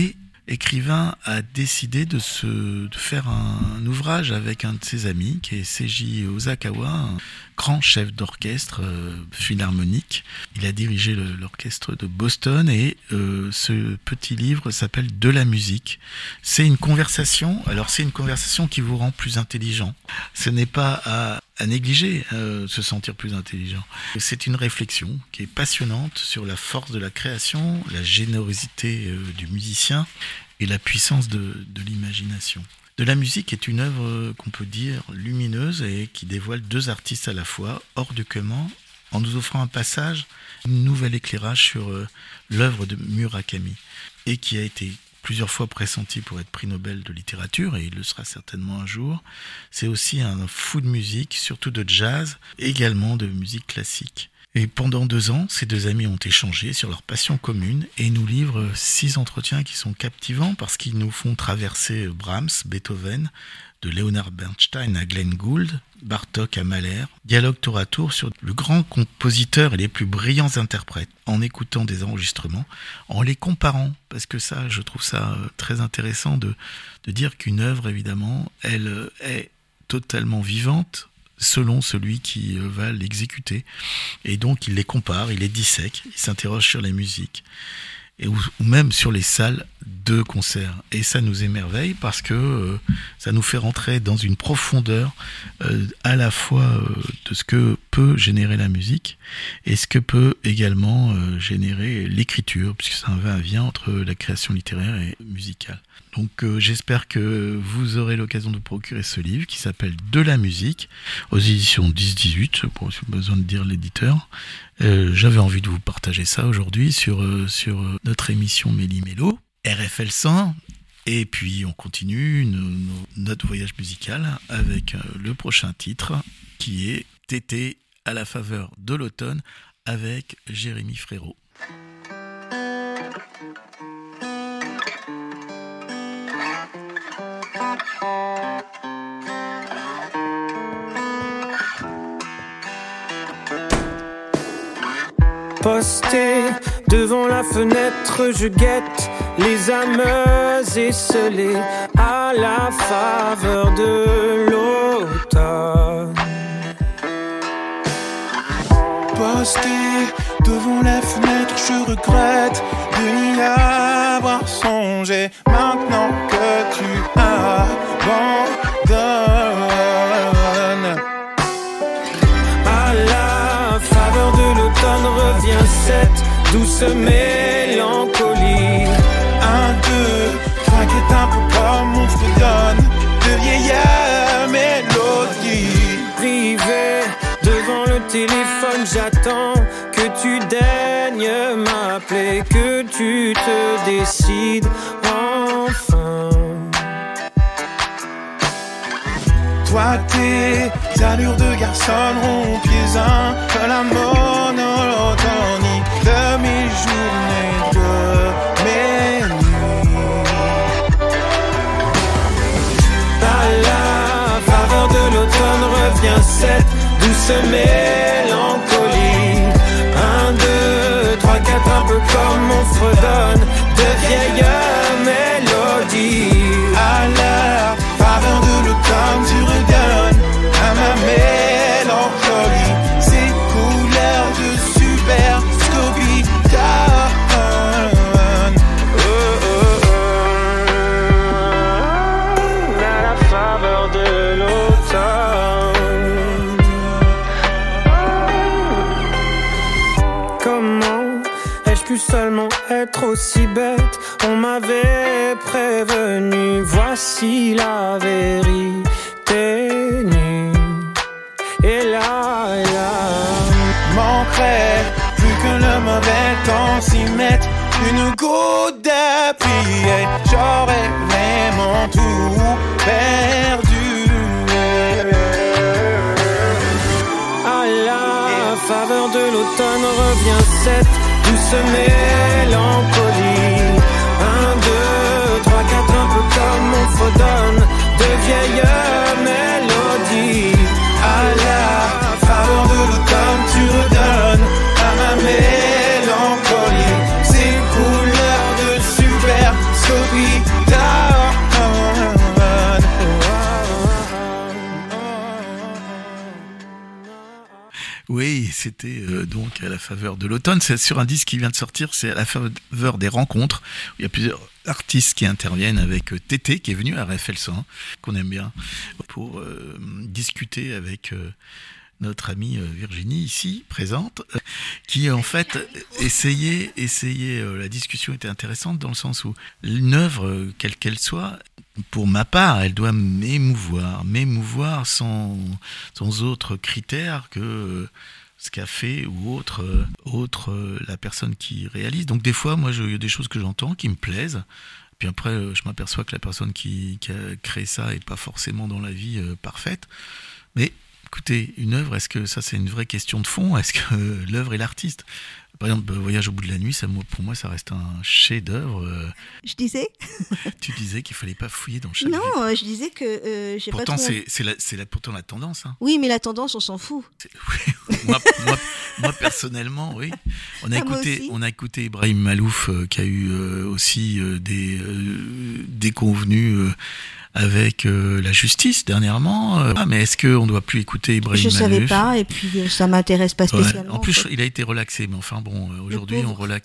écrivain a décidé de faire un ouvrage avec un de ses amis, qui est Seiji Osakawa, un grand chef d'orchestre philharmonique. Il a dirigé l'orchestre de Boston et ce petit livre s'appelle De la musique. C'est une conversation. Alors c'est une conversation qui vous rend plus intelligent. Ce n'est pas à négliger se sentir plus intelligent. C'est une réflexion qui est passionnante sur la force de la création, la générosité du musicien et la puissance de l'imagination. De la musique est une œuvre qu'on peut dire lumineuse et qui dévoile deux artistes à la fois, hors du commun, en nous offrant un passage, un nouvel éclairage sur l'œuvre de Murakami, et qui a été plusieurs fois pressenti pour être prix Nobel de littérature, et il le sera certainement un jour. C'est aussi un fou de musique, surtout de jazz, également de musique classique. Et pendant 2 ans, ces deux amis ont échangé sur leur passion commune et nous livrent 6 entretiens qui sont captivants parce qu'ils nous font traverser Brahms, Beethoven, de Leonard Bernstein à Glenn Gould, Bartók à Mahler, dialogue tour à tour sur le grand compositeur et les plus brillants interprètes, en écoutant des enregistrements, en les comparant, parce que ça, je trouve ça très intéressant de dire qu'une œuvre, évidemment, elle est totalement vivante, selon celui qui va l'exécuter. Et donc il les compare, il les dissèque, il s'interroge sur les musiques ou même sur les salles de concert. Et ça nous émerveille parce que ça nous fait rentrer dans une profondeur à la fois de ce que peut générer la musique et ce que peut également générer l'écriture, puisque c'est un va-et-vient entre la création littéraire et musicale. Donc j'espère que vous aurez l'occasion de vous procurer ce livre qui s'appelle De la musique, aux éditions 10-18, bon, j'ai besoin de dire l'éditeur. J'avais envie de vous partager ça aujourd'hui sur notre émission Méli-Mélo, RFL 100, et puis on continue notre voyage musical avec le prochain titre qui est Tété à la faveur de l'automne avec Jérémy Frérot. Posté devant la fenêtre, je guette les âmes esselées à la faveur de l'automne. Posté devant la fenêtre, je regrette de n'y avoir songé. Maintenant que tu abandonnes, à la faveur de l'automne revient cette douce mélancolie. 1, 2, 3 qui est un peu comme on fredonne de vieilles mélodies. Privé devant le téléphone, j'attends que tu daignes m'appeler, que tu te décides enfin. Toi, tes allures de garçon rompiez de la monotonie de mes journées, de mes nuits. À la faveur de l'automne revient cette douce mélancolie. 1, 2, 3, 4, un peu comme on fredonne de vieilles mélodies. À la faveur de l'automne, tu redonnes à ma mélancolie ces couleurs de super scopie. À la faveur de l'automne. Comment ai-je pu seulement être aussi bête? On m'avait prévenu, voici la vérité nue. Et là, manquerait plus que le mauvais temps s'y mette une goutte de pluie et j'aurais vraiment tout perdu. à la faveur de l'automne revient cette douce mélancolie. 1, 2, 3, 4, un peu comme on fredonne de vieilles mélodies. À la faveur de l'automne, tu redonnes à ma mélancolie ces couleurs de super scopie. Oui, c'était donc à la faveur de l'automne. C'est sur un disque qui vient de sortir, c'est à la faveur des rencontres. Il y a plusieurs artistes qui interviennent avec Tété, qui est venu à RFL 101, qu'on aime bien, pour discuter avec notre amie Virginie, ici, présente, qui en fait essayait, la discussion était intéressante dans le sens où une œuvre, quelle qu'elle soit, pour ma part, elle doit m'émouvoir sans autre critère que ce qu'a fait ou autre la personne qui réalise. Donc des fois, moi, il y a des choses que j'entends qui me plaisent. Puis après, je m'aperçois que la personne qui a créé ça n'est pas forcément dans la vie parfaite. Mais écoutez, une œuvre, est-ce que ça c'est une vraie question de fond ? Est-ce que l'œuvre est l'artiste ? Par exemple, Voyage au bout de la nuit, pour moi, ça reste un chef-d'œuvre. Je disais. Tu disais qu'il fallait pas fouiller dans chaque. Non, je disais que j'ai pourtant, pas trop. c'est pourtant la tendance. Hein. Oui, mais la tendance, on s'en fout. Oui, moi personnellement, oui. On a écouté Ibrahim Malouf qui a eu aussi des déconvenus. Avec la justice dernièrement. Mais est-ce qu'on ne doit plus écouter Ibrahim Malouf ? Je ne savais pas, et puis ça ne m'intéresse pas spécialement. En plus, il a été relaxé, mais enfin bon, aujourd'hui,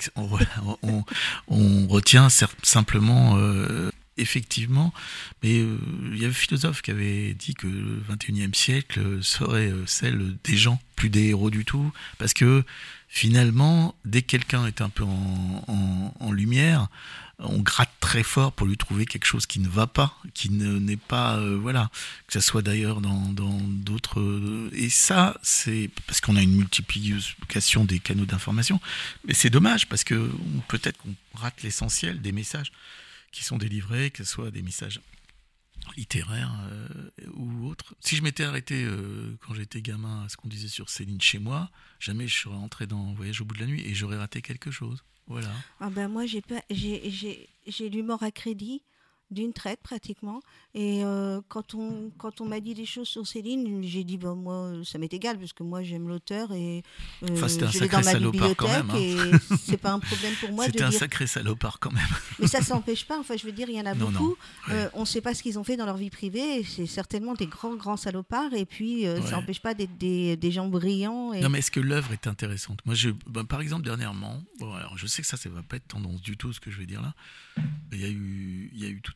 on retient simplement, effectivement, mais il y avait un philosophe qui avait dit que le XXIe siècle serait celle des gens, plus des héros du tout, parce que finalement, dès que quelqu'un est un peu en lumière, on gratte très fort pour lui trouver quelque chose qui ne va pas, qui n'est pas, voilà, que ça soit d'ailleurs dans d'autres. Et ça, c'est parce qu'on a une multiplication des canaux d'information, mais c'est dommage parce que peut-être qu'on rate l'essentiel des messages qui sont délivrés, que ce soit des messages littéraires ou autres. Si je m'étais arrêté quand j'étais gamin à ce qu'on disait sur Céline chez moi, jamais je serais entré dans Voyage au bout de la nuit et j'aurais raté quelque chose. Voilà. Ah ben moi j'ai l'humour à crédit d'une traite pratiquement, et quand on m'a dit des choses sur Céline, j'ai dit moi ça m'est égal parce que moi j'aime l'auteur et je l'ai dans ma bibliothèque quand même, hein. Et c'est pas un problème pour moi. C'était un sacré salopard quand même. Mais ça s'empêche pas, enfin je veux dire il y en a beaucoup. Ouais. On sait pas ce qu'ils ont fait dans leur vie privée, et c'est certainement des grands salopards, et puis ça n'empêche pas d'être des gens brillants. Non mais est-ce que l'œuvre est intéressante ? Moi par exemple dernièrement, alors je sais que ça va pas être tendance du tout ce que je vais dire là. Il y a eu tout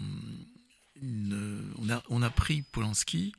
on a pris Polanski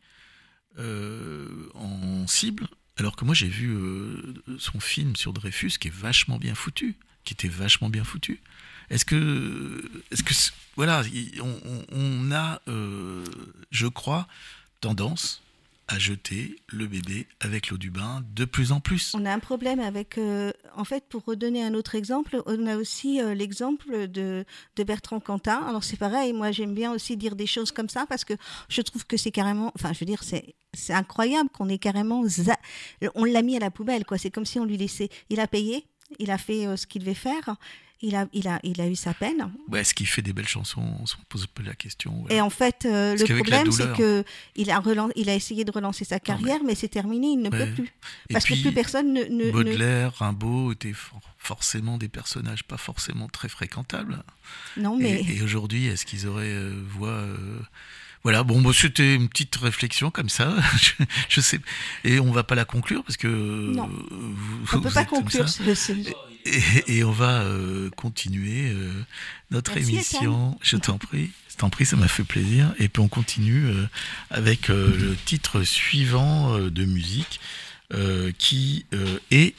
en cible, alors que moi j'ai vu son film sur Dreyfus qui était vachement bien foutu. Est-ce que voilà, on a, je crois, tendance à jeter le bébé avec l'eau du bain de plus en plus. On a un problème avec... en fait, pour redonner un autre exemple, on a aussi l'exemple de Bertrand Cantat. Alors c'est pareil, moi j'aime bien aussi dire des choses comme ça parce que je trouve que c'est carrément... Enfin, je veux dire, c'est incroyable qu'on ait carrément... On l'a mis à la poubelle, quoi. C'est comme si on lui laissait... Il a payé, il a fait ce qu'il devait faire... Il a eu sa peine. Ouais, est-ce qu'il fait des belles chansons ? On se pose pas la question. Voilà. Et en fait, le problème, c'est qu'il a essayé de relancer sa carrière, mais c'est terminé, il ne peut plus. Parce que plus personne ne... Baudelaire, Rimbaud étaient forcément des personnages pas forcément très fréquentables. Non, mais... Et aujourd'hui, est-ce qu'ils auraient voix... Voilà, bon, c'était une petite réflexion comme ça. Je sais, et on va pas la conclure parce que non, on peut pas conclure. Et on va continuer notre émission. Je t'en prie, ça m'a fait plaisir. Et puis on continue avec le titre suivant de musique qui est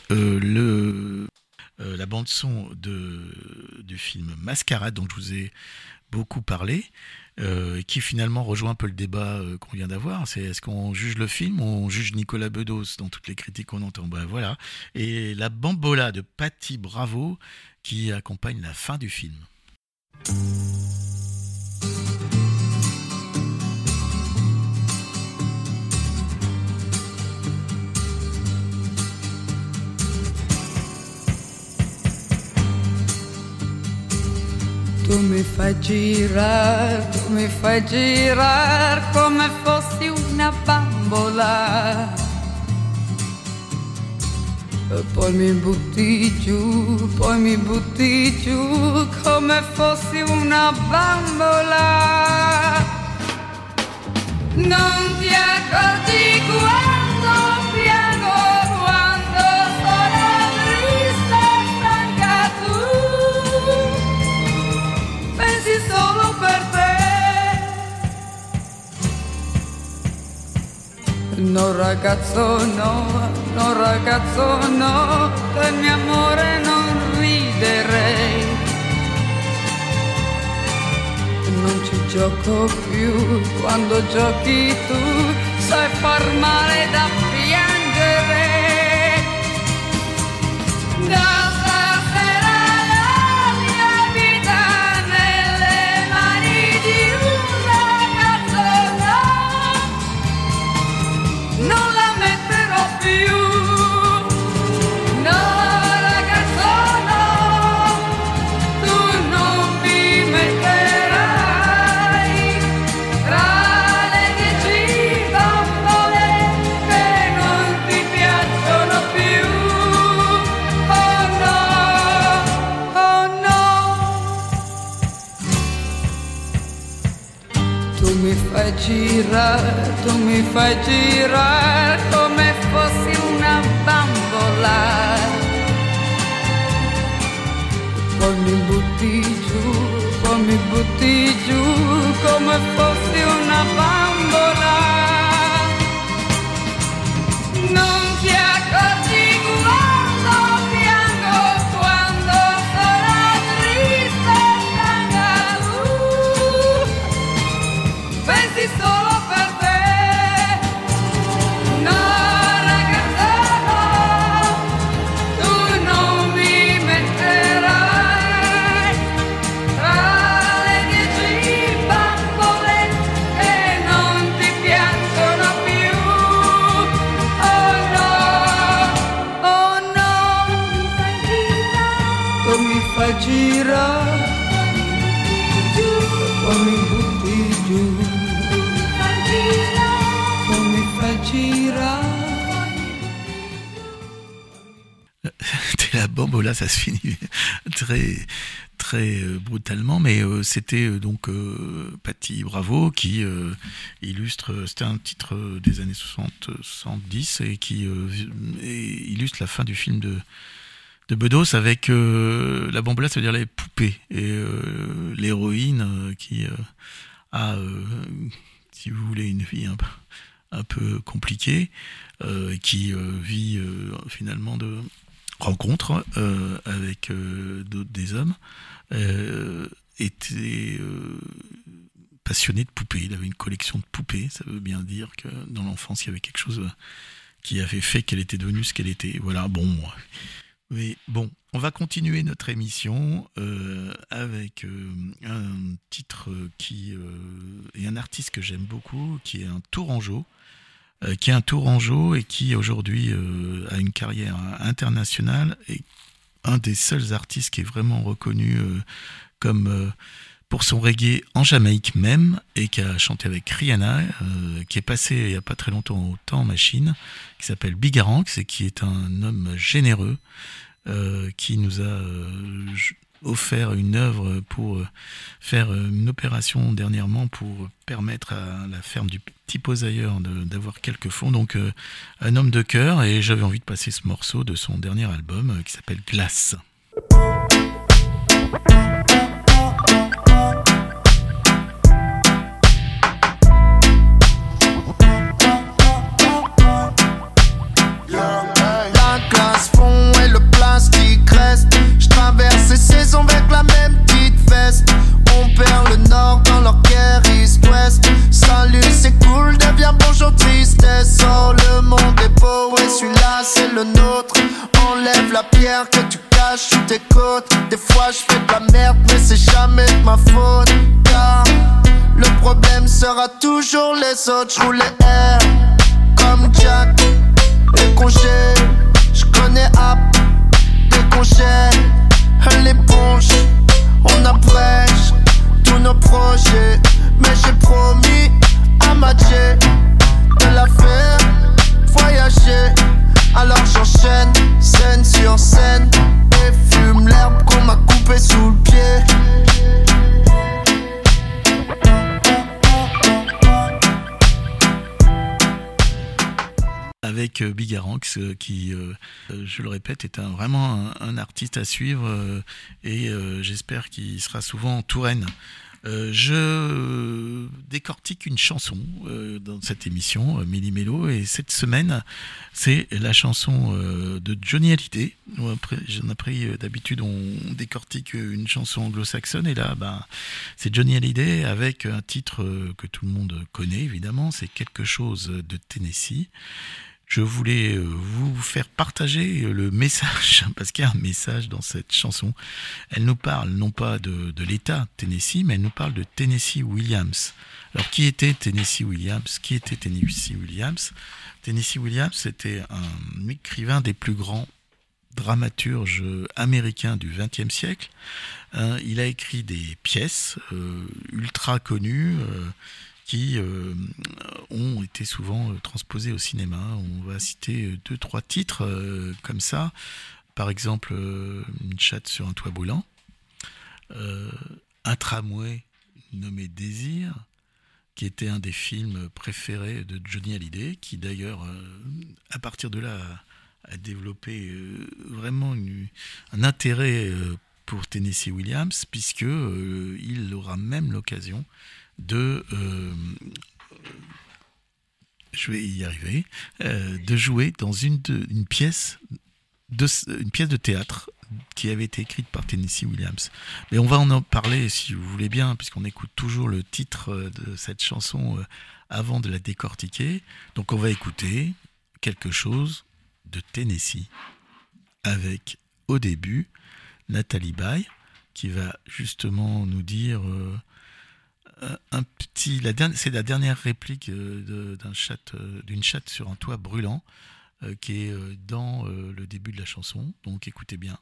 la bande son du film Mascarade, dont je vous ai beaucoup parlé. Qui finalement rejoint un peu le débat qu'on vient d'avoir. C'est est-ce qu'on juge le film ou on juge Nicolas Bedos dans toutes les critiques qu'on entend. Ben voilà. Et la bambola de Patti Bravo qui accompagne la fin du film. Tu mi fai girar come fossi una bambola, e poi mi butti giù come fossi una bambola. Non ti accorgi quando piango No ragazzo no, no ragazzo no, del mio amore non riderei. Non ci gioco più, quando giochi tu sai far male da piangere. Da stasera la mia vita nelle mani di un ragazzo no, non la metterò più. No ragazzo no, tu non mi metterai tra le 10 bambole che non ti piacciono più. Oh no, oh no. Tu mi fai girare come fossi una bambola. Poi mi butti giù come fossi una bambola. Non ti accorgi quando piango, quando sono triste e stanca. Pensi solo per te. No ragazza no, tu non mi metterai tra le 10 bambole che non ti piacciono più. Oh no, oh no, tu mi fai girare, poi mi butti giù, tu mi fai girare. La bambola, ça se finit très très brutalement, mais c'était donc Patti Bravo qui illustre, c'était un titre des années 60-70 et qui illustre la fin du film de Bedos avec la bambola, ça veut dire les poupées, et l'héroïne qui a, si vous voulez, une vie un peu compliquée, qui vit finalement de rencontres avec des hommes, était passionné de poupées. Il avait une collection de poupées. Ça veut bien dire que dans l'enfance, il y avait quelque chose qui avait fait qu'elle était devenue ce qu'elle était. Voilà, bon. Mais bon, on va continuer notre émission avec un titre qui est un artiste que j'aime beaucoup, qui est un Tourangeau, et qui aujourd'hui a une carrière internationale, et un des seuls artistes qui est vraiment reconnu comme pour son reggae en Jamaïque même, et qui a chanté avec Rihanna, qui est passé il n'y a pas très longtemps au Temps Machine, qui s'appelle Bigaranx, et qui est un homme généreux, qui nous a offert une œuvre pour faire une opération dernièrement pour permettre à la ferme du Petit Posailleur d'avoir quelques fonds. Donc un homme de cœur, et j'avais envie de passer ce morceau de son dernier album qui s'appelle Glace. La glace fond et le plastique reste. Je traverse ces saisons avec la même petite veste. On perd le nord dans leur guerre East-Ouest. Salut, c'est cool, deviens bonjour, tristesse. Oh, le monde est beau et celui-là c'est le nôtre. Enlève la pierre que tu caches sous tes côtes. Des fois je fais de la merde mais c'est jamais de ma faute. Car le problème sera toujours les autres. Je roule les airs comme Jack. Les congés, je connais app. Des congés, l'éponge. On abrège tous nos projets. Mais j'ai promis à Mathieu de la faire voyager. Alors j'enchaîne, scène sur scène, et fume l'herbe qu'on m'a coupé sous le pied. Avec Bigaranx, qui, je le répète, est vraiment un artiste à suivre, et j'espère qu'il sera souvent en Touraine Je décortique une chanson dans cette émission, Méli-Mélo, et cette semaine, c'est la chanson de Johnny Hallyday. J'en ai pris, d'habitude, on décortique une chanson anglo-saxonne, et là, c'est Johnny Hallyday avec un titre que tout le monde connaît, évidemment, c'est Quelque chose de Tennessee. Je voulais vous faire partager le message, parce qu'il y a un message dans cette chanson. Elle nous parle non pas de l'État Tennessee, mais elle nous parle de Tennessee Williams. Alors, qui était Tennessee Williams ? Tennessee Williams, c'était un écrivain des plus grands dramaturges américains du XXe siècle. Il a écrit des pièces ultra connues, qui ont été souvent transposés au cinéma. On va citer 2-3 titres comme ça. Par exemple, Une chatte sur un toit brûlant, Un tramway nommé Désir, qui était un des films préférés de Johnny Hallyday, qui d'ailleurs, à partir de là, a développé vraiment un intérêt pour Tennessee Williams, puisque il aura même l'occasion de je vais y arriver, de jouer dans une pièce de théâtre qui avait été écrite par Tennessee Williams. Mais on va en parler, si vous voulez bien, puisqu'on écoute toujours le titre de cette chanson avant de la décortiquer. Donc on va écouter Quelque chose de Tennessee avec, au début, Nathalie Baye, qui va justement nous dire c'est la dernière réplique d'une chatte sur un toit brûlant, qui est dans le début de la chanson. Donc écoutez bien.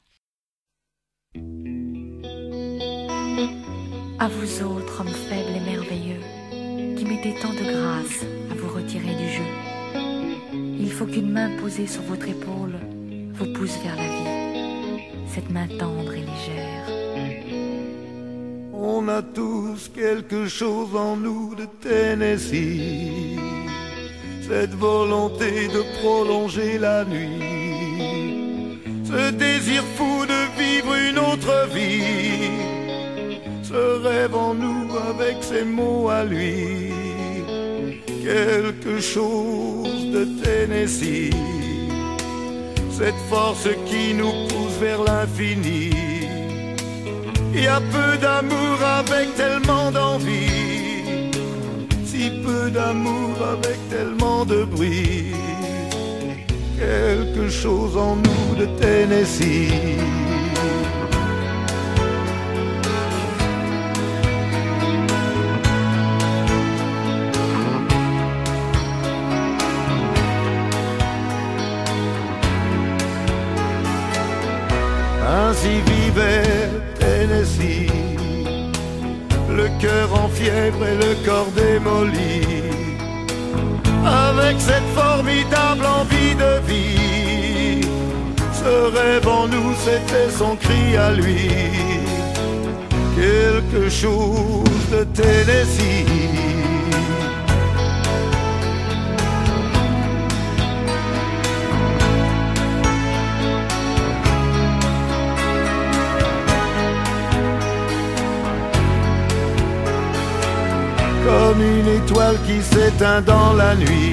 À vous autres, hommes faibles et merveilleux, qui mettez tant de grâce à vous retirer du jeu, il faut qu'une main posée sur votre épaule vous pousse vers la vie, cette main tendre et légère. On a tous quelque chose en nous de Tennessee, cette volonté de prolonger la nuit, ce désir fou de vivre une autre vie, ce rêve en nous avec ses mots à lui, quelque chose de Tennessee, cette force qui nous pousse vers l'infini. Il y a peu d'amour avec tellement d'envie, si peu d'amour avec tellement de bruit, quelque chose en nous de Tennessee. Ainsi vivait Tennessee, le cœur en fièvre et le corps démoli, avec cette formidable envie de vie. Ce rêve en nous, c'était son cri à lui, quelque chose de Tennessee. Comme une étoile qui s'éteint dans la nuit,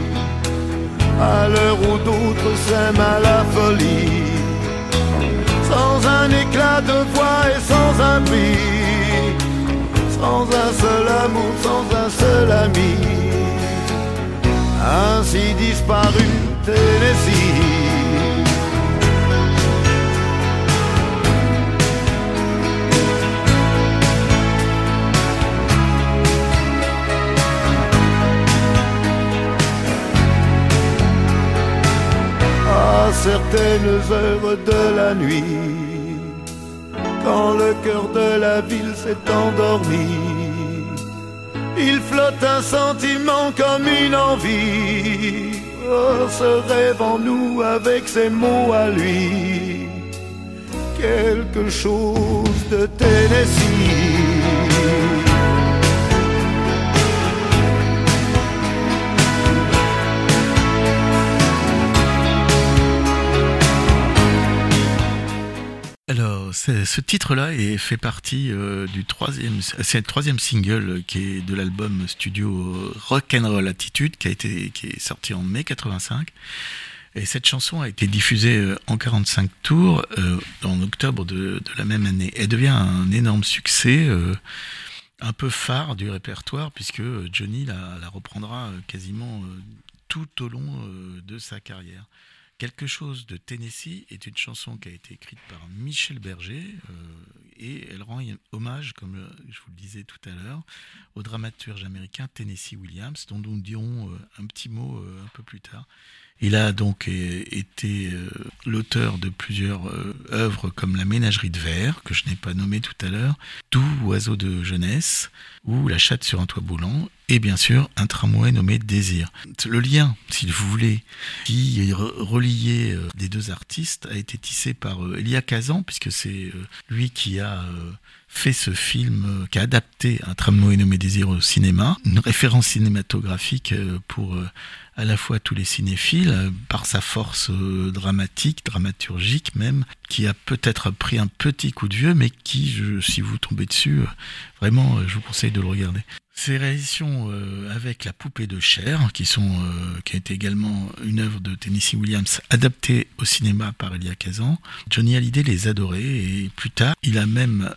à l'heure où d'autres s'aiment à la folie, sans un éclat de voix et sans un bruit, sans un seul amour, sans un seul ami, ainsi disparu Tennessee. À certaines heures de la nuit, quand le cœur de la ville s'est endormi, il flotte un sentiment comme une envie. Oh, ce rêve en nous avec ses mots à lui, quelque chose de Tennessee. Alors, ce titre-là fait partie c'est le troisième single qui est de l'album studio Rock'n'Roll Attitude qui est sorti en mai 85. Et cette chanson a été diffusée en 45 tours en octobre de la même année. Elle devient un énorme succès, un peu phare du répertoire, puisque Johnny la reprendra quasiment tout au long de sa carrière. Quelque chose de Tennessee est une chanson qui a été écrite par Michel Berger et elle rend hommage, comme je vous le disais tout à l'heure, au dramaturge américain Tennessee Williams, dont nous dirons un petit mot un peu plus tard. Il a donc été l'auteur de plusieurs œuvres comme La Ménagerie de verre, que je n'ai pas nommé tout à l'heure, Doux oiseau de jeunesse, ou La chatte sur un toit boulant, et bien sûr un tramway nommé Désir. Le lien, si vous voulez, qui reliait les deux artistes a été tissé par Elia Kazan, puisque c'est lui qui a fait ce film, qui a adapté un tramway nommé Désir au cinéma, une référence cinématographique pour à la fois tous les cinéphiles, par sa force dramatique, dramaturgique même, qui a peut-être pris un petit coup de vieux, mais qui, si vous tombez dessus, vraiment, je vous conseille de le regarder. Ces réalisations avec La Poupée de chair, qui a été également une œuvre de Tennessee Williams adaptée au cinéma par Elia Kazan, Johnny Hallyday les adorait et plus tard, il a même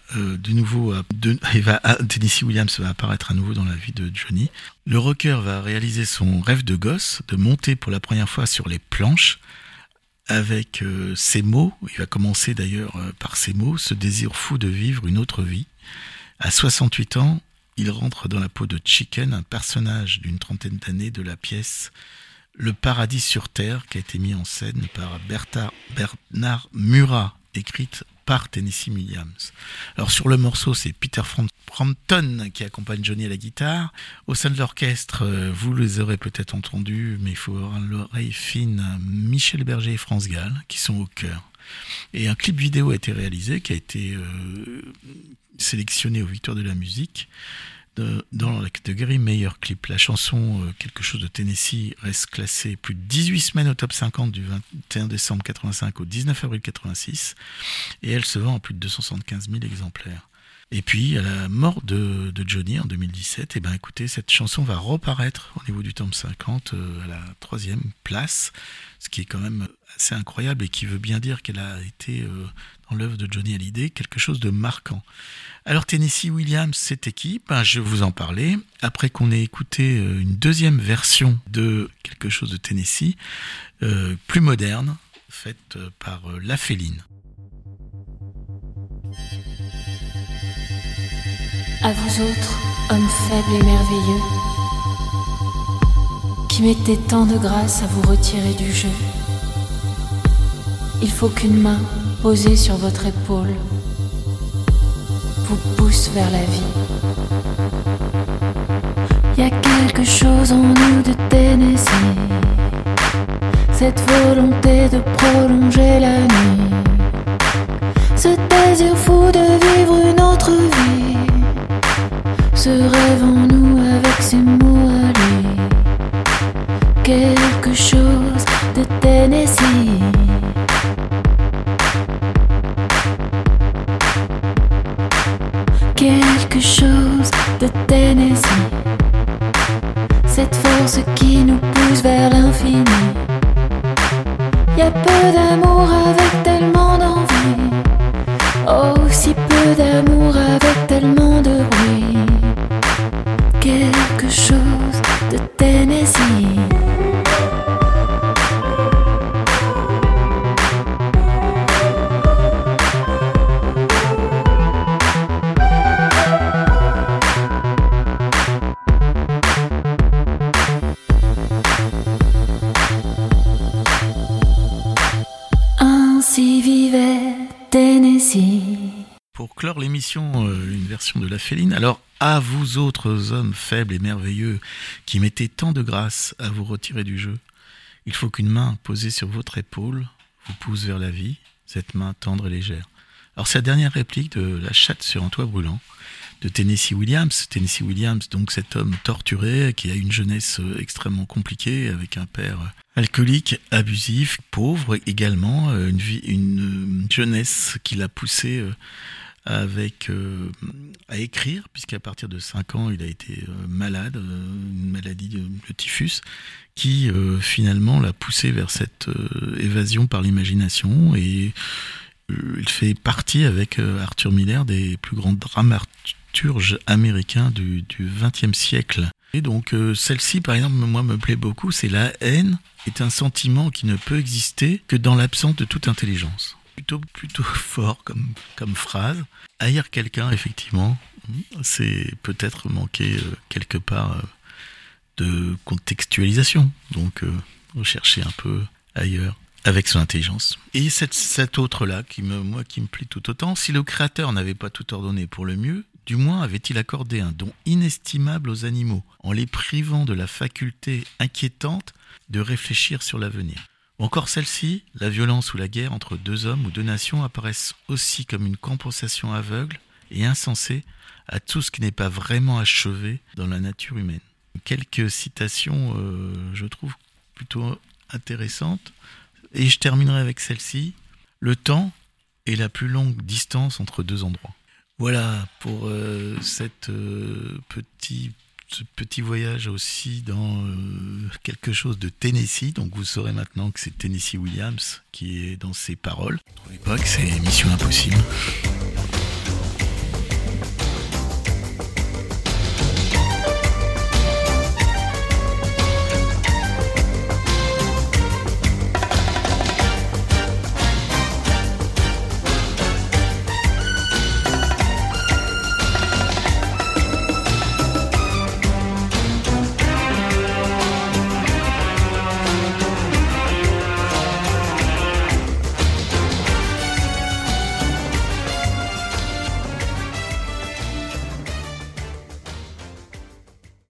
Tennessee Williams va apparaître à nouveau dans la vie de Johnny. Le rocker va réaliser son rêve de gosse, de monter pour la première fois sur les planches avec ces mots. Il va commencer d'ailleurs par ces mots, ce désir fou de vivre une autre vie. À 68 ans, il rentre dans la peau de Chicken, un personnage d'une trentaine d'années de la pièce Le Paradis sur Terre, qui a été mis en scène par Bernard Murat, écrite par Tennessee Williams. Alors sur le morceau, c'est Peter Frampton qui accompagne Johnny à la guitare. Au sein de l'orchestre, vous les aurez peut-être entendus, mais il faut avoir l'oreille fine, Michel Berger et France Gall, qui sont au chœur. Et un clip vidéo a été réalisé, qui a été sélectionné aux Victoires de la musique dans la catégorie meilleur clip. La chanson Quelque chose de Tennessee reste classée plus de 18 semaines au top 50 du 21 décembre 85 au 19 avril 86 et elle se vend en plus de 275 000 exemplaires. Et puis à la mort de Johnny en 2017, écoutez, cette chanson va reparaître au niveau du top 50 à la 3e place, ce qui est quand même assez incroyable et qui veut bien dire qu'elle a été dans l'œuvre de Johnny Hallyday quelque chose de marquant. Alors Tennessee Williams, c'était qui ? Je vais vous en parler. Après qu'on ait écouté une deuxième version de quelque chose de Tennessee, plus moderne, faite par La Féline. À vous autres, hommes faibles et merveilleux, qui mettez tant de grâce à vous retirer du jeu, il faut qu'une main posée sur votre épaule vous pousse vers la vie. Y a quelque chose en nous de Tennessee, cette volonté de prolonger la nuit, ce désir fou de vivre une autre vie, ce rêve en nous avec ses mots à lui. Quelque chose de Tennessee. Quelque chose de Tennessee, cette force qui nous pousse vers l'infini. Y a peu d'amour avec tellement d'envie, oh si peu d'amour avec tellement de bruit. Quelque chose de Tennessee. Ainsi vivait Tennessee. Pour clore l'émission, une version de La Féline. Alors, à vous autres hommes faibles et merveilleux qui mettez tant de grâce à vous retirer du jeu, il faut qu'une main posée sur votre épaule vous pousse vers la vie, cette main tendre et légère. Alors c'est la dernière réplique de La chatte sur un toit brûlant de Tennessee Williams. Tennessee Williams, donc cet homme torturé qui a une jeunesse extrêmement compliquée avec un père alcoolique, abusif, pauvre également, une jeunesse qui l'a poussé à écrire, puisqu'à partir de 5 ans, il a été malade, une maladie de typhus, qui finalement l'a poussé vers cette évasion par l'imagination. Et il fait partie avec Arthur Miller des plus grands dramaturges américains du XXe siècle. Et donc celle-ci, par exemple, moi me plaît beaucoup, c'est la haine est un sentiment qui ne peut exister que dans l'absence de toute intelligence. Plutôt fort comme phrase. Haïr quelqu'un, effectivement, c'est peut-être manquer quelque part de contextualisation. Donc rechercher un peu ailleurs avec son intelligence. Et cette autre-là, qui me plaît tout autant, si le créateur n'avait pas tout ordonné pour le mieux, du moins avait-il accordé un don inestimable aux animaux, en les privant de la faculté inquiétante de réfléchir sur l'avenir. Ou encore celle-ci, la violence ou la guerre entre deux hommes ou deux nations apparaissent aussi comme une compensation aveugle et insensée à tout ce qui n'est pas vraiment achevé dans la nature humaine. Quelques citations, je trouve, plutôt intéressantes. Et je terminerai avec celle-ci. Le temps est la plus longue distance entre deux endroits. Voilà pour ce petit voyage aussi dans quelque chose de Tennessee. Donc vous saurez maintenant que c'est Tennessee Williams qui est dans ses paroles. À l'époque, c'est Mission Impossible.